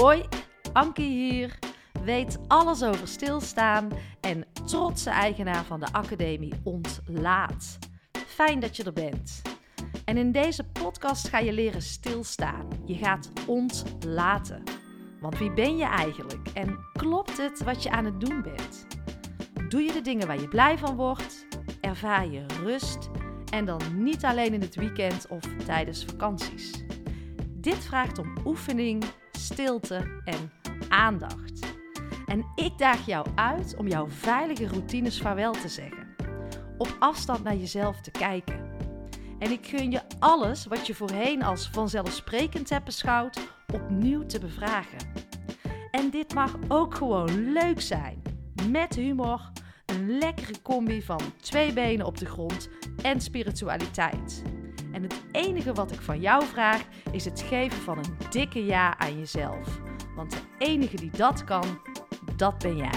Hoi, Ankie hier, weet alles over stilstaan en trotse eigenaar van de Academie Ontlaat. Fijn dat je er bent. En in deze podcast ga je leren stilstaan. Je gaat ontlaten. Want wie ben je eigenlijk en klopt het wat je aan het doen bent? Doe je de dingen waar je blij van wordt? Ervaar je rust? En dan niet alleen in het weekend of tijdens vakanties. Dit vraagt om oefening, stilte en aandacht. En ik daag jou uit om jouw veilige routines vaarwel te zeggen. Op afstand naar jezelf te kijken. En ik gun je alles wat je voorheen als vanzelfsprekend hebt beschouwd, opnieuw te bevragen. En dit mag ook gewoon leuk zijn. Met humor, een lekkere combi van 2 benen op de grond en spiritualiteit. En het enige wat ik van jou vraag is het geven van een dikke ja aan jezelf. Want de enige die dat kan, dat ben jij.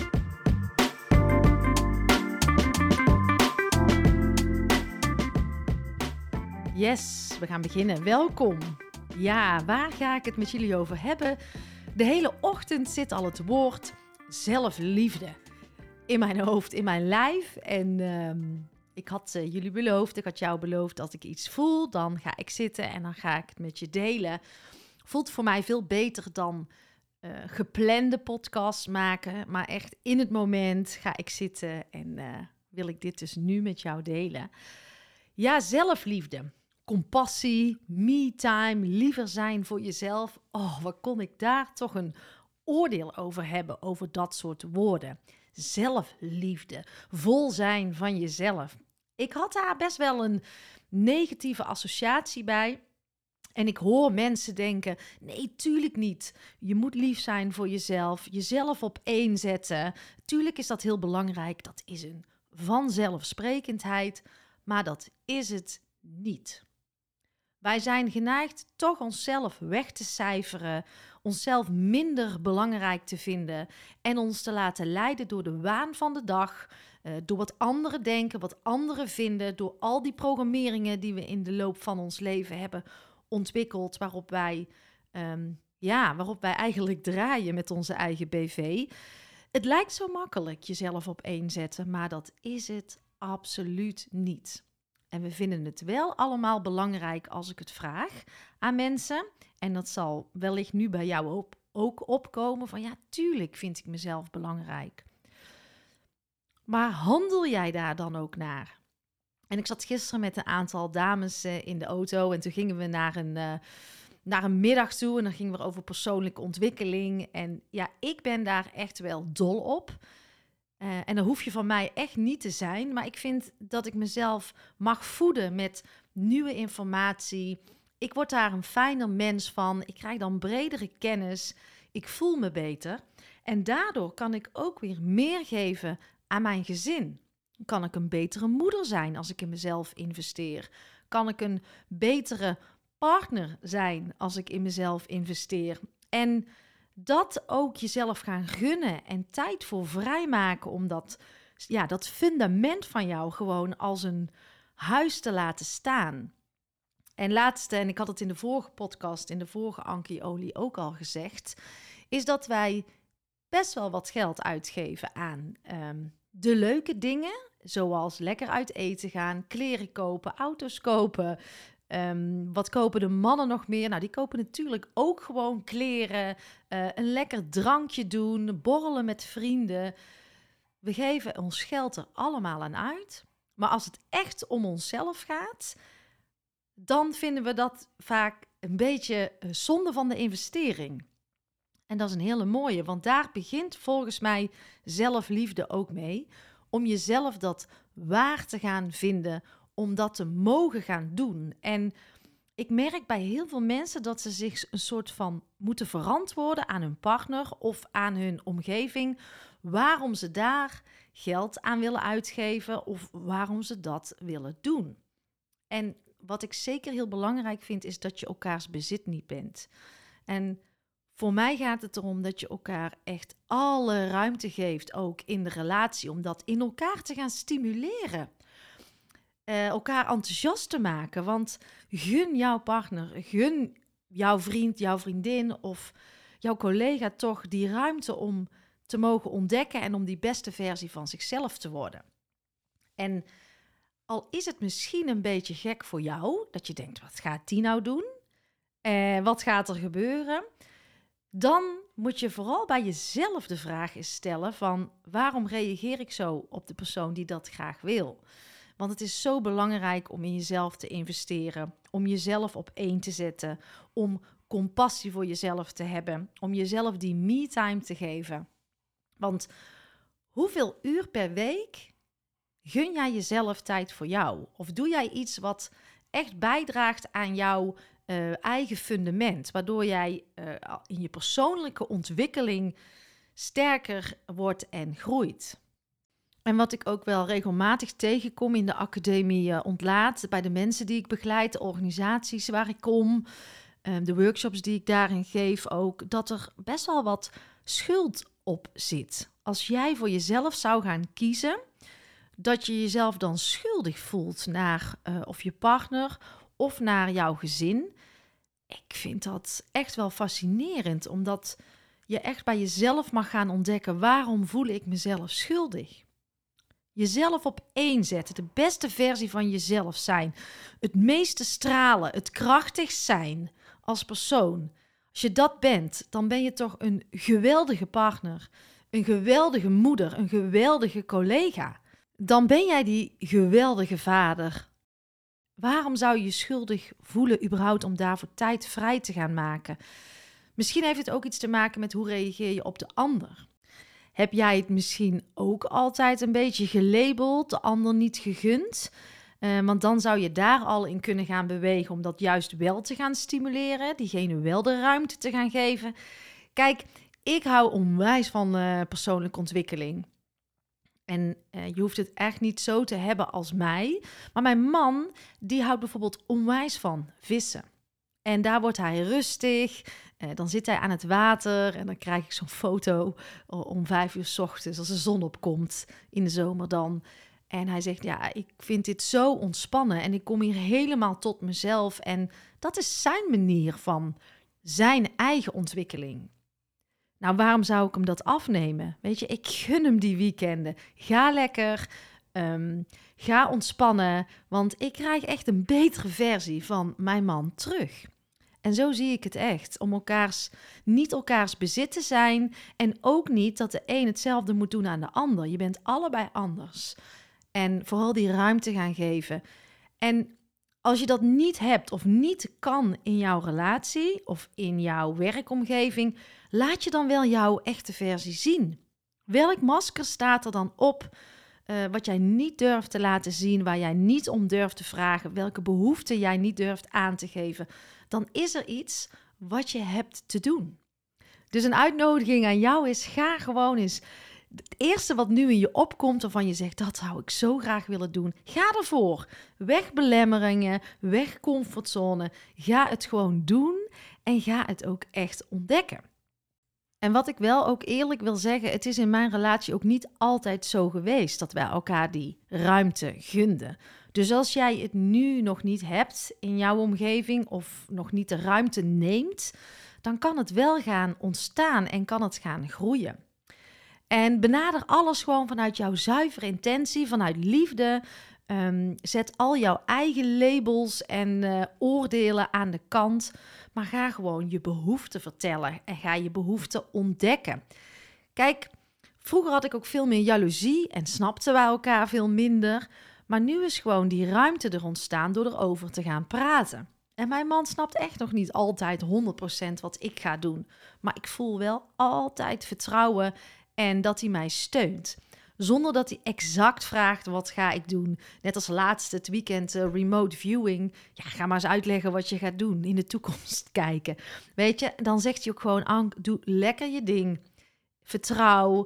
Yes, we gaan beginnen. Welkom. Ja, waar ga ik het met jullie over hebben? De hele ochtend zit al het woord zelfliefde in mijn hoofd, in mijn lijf. En ik had jullie beloofd, ik had jou beloofd, als ik iets voel, dan ga ik zitten en dan ga ik het met je delen. Voelt voor mij veel beter dan geplande podcasts maken, maar echt in het moment ga ik zitten en wil ik dit dus nu met jou delen. Ja, zelfliefde, compassie, me-time, liever zijn voor jezelf. Oh, wat kon ik daar toch een oordeel over hebben, over dat soort woorden. Zelfliefde, vol zijn van jezelf. Ik had daar best wel een negatieve associatie bij. En ik hoor mensen denken, nee, tuurlijk niet. Je moet lief zijn voor jezelf, jezelf op één zetten. Tuurlijk is dat heel belangrijk, dat is een vanzelfsprekendheid, maar dat is het niet. Wij zijn geneigd toch onszelf weg te cijferen, onszelf minder belangrijk te vinden en ons te laten leiden door de waan van de dag, door wat anderen denken, wat anderen vinden, door al die programmeringen die we in de loop van ons leven hebben ontwikkeld, waarop wij eigenlijk draaien met onze eigen BV. Het lijkt zo makkelijk jezelf op één zetten, maar dat is het absoluut niet. En we vinden het wel allemaal belangrijk als ik het vraag aan mensen. En dat zal wellicht nu bij jou ook opkomen van ja, tuurlijk vind ik mezelf belangrijk. Maar handel jij daar dan ook naar? En ik zat gisteren met een aantal dames in de auto en toen gingen we naar een middag toe en dan gingen we over persoonlijke ontwikkeling. En ja, ik ben daar echt wel dol op. En dat hoef je van mij echt niet te zijn. Maar ik vind dat ik mezelf mag voeden met nieuwe informatie. Ik word daar een fijner mens van. Ik krijg dan bredere kennis. Ik voel me beter. En daardoor kan ik ook weer meer geven aan mijn gezin. Kan ik een betere moeder zijn als ik in mezelf investeer? Kan ik een betere partner zijn als ik in mezelf investeer? En dat ook jezelf gaan gunnen en tijd voor vrijmaken om dat fundament van jou gewoon als een huis te laten staan. En laatste, en ik had het in de vorige podcast, in de vorige Ankie Olie ook al gezegd, is dat wij best wel wat geld uitgeven aan de leuke dingen, zoals lekker uit eten gaan, kleren kopen, auto's kopen. Wat kopen de mannen nog meer? Nou, die kopen natuurlijk ook gewoon kleren, een lekker drankje doen, borrelen met vrienden. We geven ons geld er allemaal aan uit. Maar als het echt om onszelf gaat, dan vinden we dat vaak een beetje zonde van de investering. En dat is een hele mooie, want daar begint volgens mij zelfliefde ook mee. Om jezelf dat waar te gaan vinden, om dat te mogen gaan doen. En ik merk bij heel veel mensen dat ze zich een soort van moeten verantwoorden aan hun partner of aan hun omgeving, waarom ze daar geld aan willen uitgeven of waarom ze dat willen doen. En wat ik zeker heel belangrijk vind, is dat je elkaars bezit niet bent. En voor mij gaat het erom dat je elkaar echt alle ruimte geeft, ook in de relatie, om dat in elkaar te gaan stimuleren. Elkaar enthousiast te maken, want gun jouw partner, gun jouw vriend, jouw vriendin of jouw collega toch die ruimte om te mogen ontdekken en om die beste versie van zichzelf te worden. En al is het misschien een beetje gek voor jou, dat je denkt, wat gaat die nou doen? Wat gaat er gebeuren? Dan moet je vooral bij jezelf de vraag eens stellen van, waarom reageer ik zo op de persoon die dat graag wil? Want het is zo belangrijk om in jezelf te investeren, om jezelf op één te zetten, om compassie voor jezelf te hebben, om jezelf die me-time te geven. Want hoeveel uur per week gun jij jezelf tijd voor jou? Of doe jij iets wat echt bijdraagt aan jouw eigen fundament, waardoor jij in je persoonlijke ontwikkeling sterker wordt en groeit? En wat ik ook wel regelmatig tegenkom in de Academie Ontlaat, bij de mensen die ik begeleid, de organisaties waar ik kom, de workshops die ik daarin geef ook, dat er best wel wat schuld op zit. Als jij voor jezelf zou gaan kiezen, dat je jezelf dan schuldig voelt naar of je partner of naar jouw gezin. Ik vind dat echt wel fascinerend, omdat je echt bij jezelf mag gaan ontdekken, waarom voel ik mezelf schuldig? Jezelf op één zetten, de beste versie van jezelf zijn, het meeste stralen, het krachtigst zijn als persoon. Als je dat bent, dan ben je toch een geweldige partner, een geweldige moeder, een geweldige collega. Dan ben jij die geweldige vader. Waarom zou je je schuldig voelen überhaupt om daarvoor tijd vrij te gaan maken? Misschien heeft het ook iets te maken met hoe reageer je op de ander. Heb jij het misschien ook altijd een beetje gelabeld, de ander niet gegund? Want dan zou je daar al in kunnen gaan bewegen om dat juist wel te gaan stimuleren, diegene wel de ruimte te gaan geven. Kijk, ik hou onwijs van persoonlijke ontwikkeling. En je hoeft het echt niet zo te hebben als mij. Maar mijn man, die houdt bijvoorbeeld onwijs van vissen. En daar wordt hij rustig. Dan zit hij aan het water en dan krijg ik zo'n foto om 5:00 's ochtends als de zon opkomt in de zomer dan. En hij zegt, ja, ik vind dit zo ontspannen en ik kom hier helemaal tot mezelf. En dat is zijn manier van zijn eigen ontwikkeling. Nou, waarom zou ik hem dat afnemen? Weet je, ik gun hem die weekenden. Ga lekker, ga ontspannen, want ik krijg echt een betere versie van mijn man terug. En zo zie ik het echt, om niet elkaars bezit te zijn en ook niet dat de een hetzelfde moet doen aan de ander. Je bent allebei anders. En vooral die ruimte gaan geven. En als je dat niet hebt of niet kan in jouw relatie of in jouw werkomgeving, laat je dan wel jouw echte versie zien. Welk masker staat er dan op wat jij niet durft te laten zien, waar jij niet om durft te vragen, welke behoeften jij niet durft aan te geven? Dan is er iets wat je hebt te doen. Dus een uitnodiging aan jou is, ga gewoon eens het eerste wat nu in je opkomt, waarvan je zegt, dat zou ik zo graag willen doen. Ga ervoor. Weg belemmeringen, weg comfortzone. Ga het gewoon doen en ga het ook echt ontdekken. En wat ik wel ook eerlijk wil zeggen, het is in mijn relatie ook niet altijd zo geweest dat wij elkaar die ruimte gunden. Dus als jij het nu nog niet hebt in jouw omgeving of nog niet de ruimte neemt, dan kan het wel gaan ontstaan en kan het gaan groeien. En benader alles gewoon vanuit jouw zuivere intentie, vanuit liefde. Zet al jouw eigen labels en oordelen aan de kant. Maar ga gewoon je behoeften vertellen en ga je behoeften ontdekken. Kijk, vroeger had ik ook veel meer jaloezie en snapten wij elkaar veel minder. Maar nu is gewoon die ruimte er ontstaan door erover te gaan praten. En mijn man snapt echt nog niet altijd 100% wat ik ga doen. Maar ik voel wel altijd vertrouwen en dat hij mij steunt. Zonder dat hij exact vraagt, wat ga ik doen? Net als laatst het weekend remote viewing. Ja, ga maar eens uitleggen wat je gaat doen. In de toekomst kijken. Weet je, dan zegt hij ook gewoon, Ank, doe lekker je ding. Vertrouw.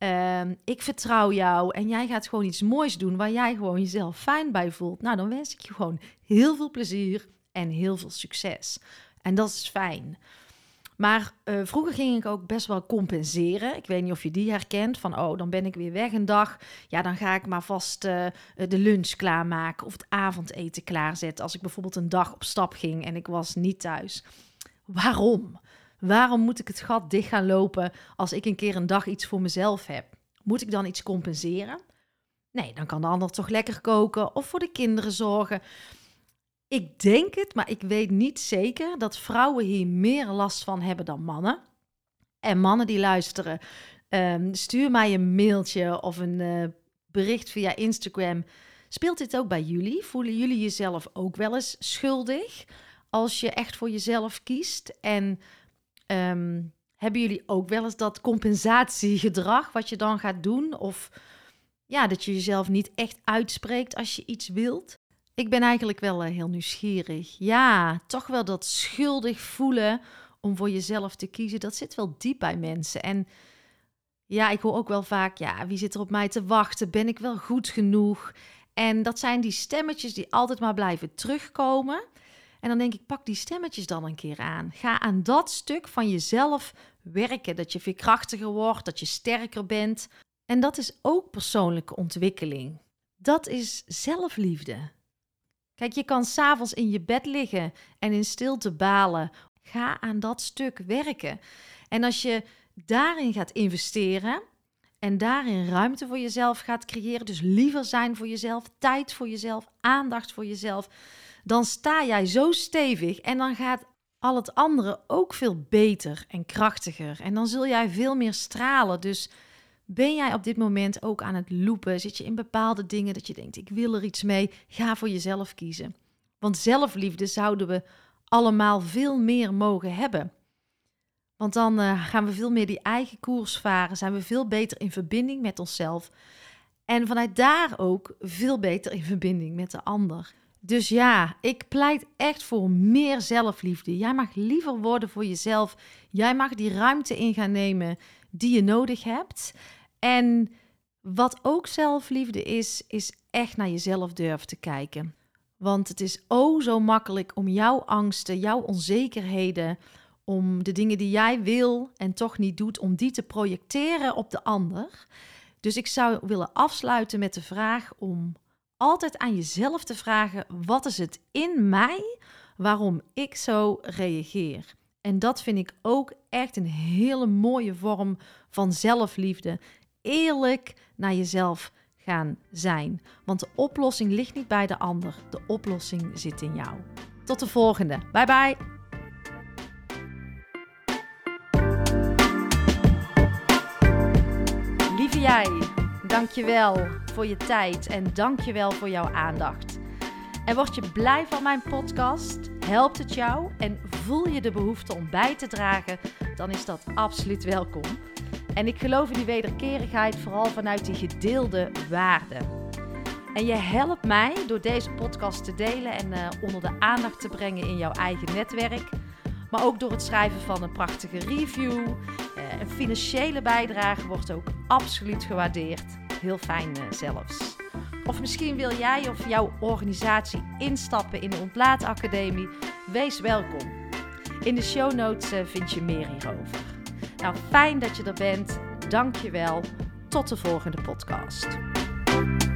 Ik vertrouw jou. En jij gaat gewoon iets moois doen waar jij gewoon jezelf fijn bij voelt. Nou, dan wens ik je gewoon heel veel plezier en heel veel succes. En dat is fijn. Maar vroeger ging ik ook best wel compenseren. Ik weet niet of je die herkent. Van, dan ben ik weer weg een dag. Ja, dan ga ik maar vast de lunch klaarmaken of het avondeten klaarzetten. Als ik bijvoorbeeld een dag op stap ging en ik was niet thuis. Waarom? Waarom moet ik het gat dicht gaan lopen als ik een keer een dag iets voor mezelf heb? Moet ik dan iets compenseren? Nee, dan kan de ander toch lekker koken of voor de kinderen zorgen. Ik denk het, maar ik weet niet zeker dat vrouwen hier meer last van hebben dan mannen. En mannen die luisteren, stuur mij een mailtje of een bericht via Instagram. Speelt dit ook bij jullie? Voelen jullie jezelf ook wel eens schuldig als je echt voor jezelf kiest? En hebben jullie ook wel eens dat compensatiegedrag wat je dan gaat doen? Of ja, dat je jezelf niet echt uitspreekt als je iets wilt? Ik ben eigenlijk wel heel nieuwsgierig. Ja, toch wel dat schuldig voelen om voor jezelf te kiezen. Dat zit wel diep bij mensen. En ja, ik hoor ook wel vaak, ja, wie zit er op mij te wachten? Ben ik wel goed genoeg? En dat zijn die stemmetjes die altijd maar blijven terugkomen. En dan denk ik, pak die stemmetjes dan een keer aan. Ga aan dat stuk van jezelf werken. Dat je veerkrachtiger wordt, dat je sterker bent. En dat is ook persoonlijke ontwikkeling. Dat is zelfliefde. Kijk, je kan 's avonds in je bed liggen en in stilte balen. Ga aan dat stuk werken. En als je daarin gaat investeren en daarin ruimte voor jezelf gaat creëren, dus liever zijn voor jezelf, tijd voor jezelf, aandacht voor jezelf, dan sta jij zo stevig en dan gaat al het andere ook veel beter en krachtiger. En dan zul jij veel meer stralen. Dus ben jij op dit moment ook aan het lopen? Zit je in bepaalde dingen dat je denkt, ik wil er iets mee? Ga voor jezelf kiezen. Want zelfliefde zouden we allemaal veel meer mogen hebben. Want dan gaan we veel meer die eigen koers varen. Zijn we veel beter in verbinding met onszelf. En vanuit daar ook veel beter in verbinding met de ander. Dus ja, ik pleit echt voor meer zelfliefde. Jij mag liever worden voor jezelf. Jij mag die ruimte in gaan nemen die je nodig hebt. En wat ook zelfliefde is echt naar jezelf durven te kijken. Want het is zo makkelijk om jouw angsten, jouw onzekerheden, om de dingen die jij wil en toch niet doet, om die te projecteren op de ander. Dus ik zou willen afsluiten met de vraag om altijd aan jezelf te vragen, wat is het in mij waarom ik zo reageer? En dat vind ik ook echt een hele mooie vorm van zelfliefde. Eerlijk naar jezelf gaan zijn. Want de oplossing ligt niet bij de ander. De oplossing zit in jou. Tot de volgende. Bye bye. Lieve jij, dankjewel voor je tijd en dankjewel voor jouw aandacht. En word je blij van mijn podcast? Helpt het jou en voel je de behoefte om bij te dragen? Dan is dat absoluut welkom. En ik geloof in die wederkerigheid vooral vanuit die gedeelde waarden. En je helpt mij door deze podcast te delen en onder de aandacht te brengen in jouw eigen netwerk. Maar ook door het schrijven van een prachtige review. Een financiële bijdrage wordt ook absoluut gewaardeerd. Heel fijn zelfs. Of misschien wil jij of jouw organisatie instappen in de Ontlaatacademie. Wees welkom. In de show notes vind je meer hierover. Nou, fijn dat je er bent. Dank je wel. Tot de volgende podcast.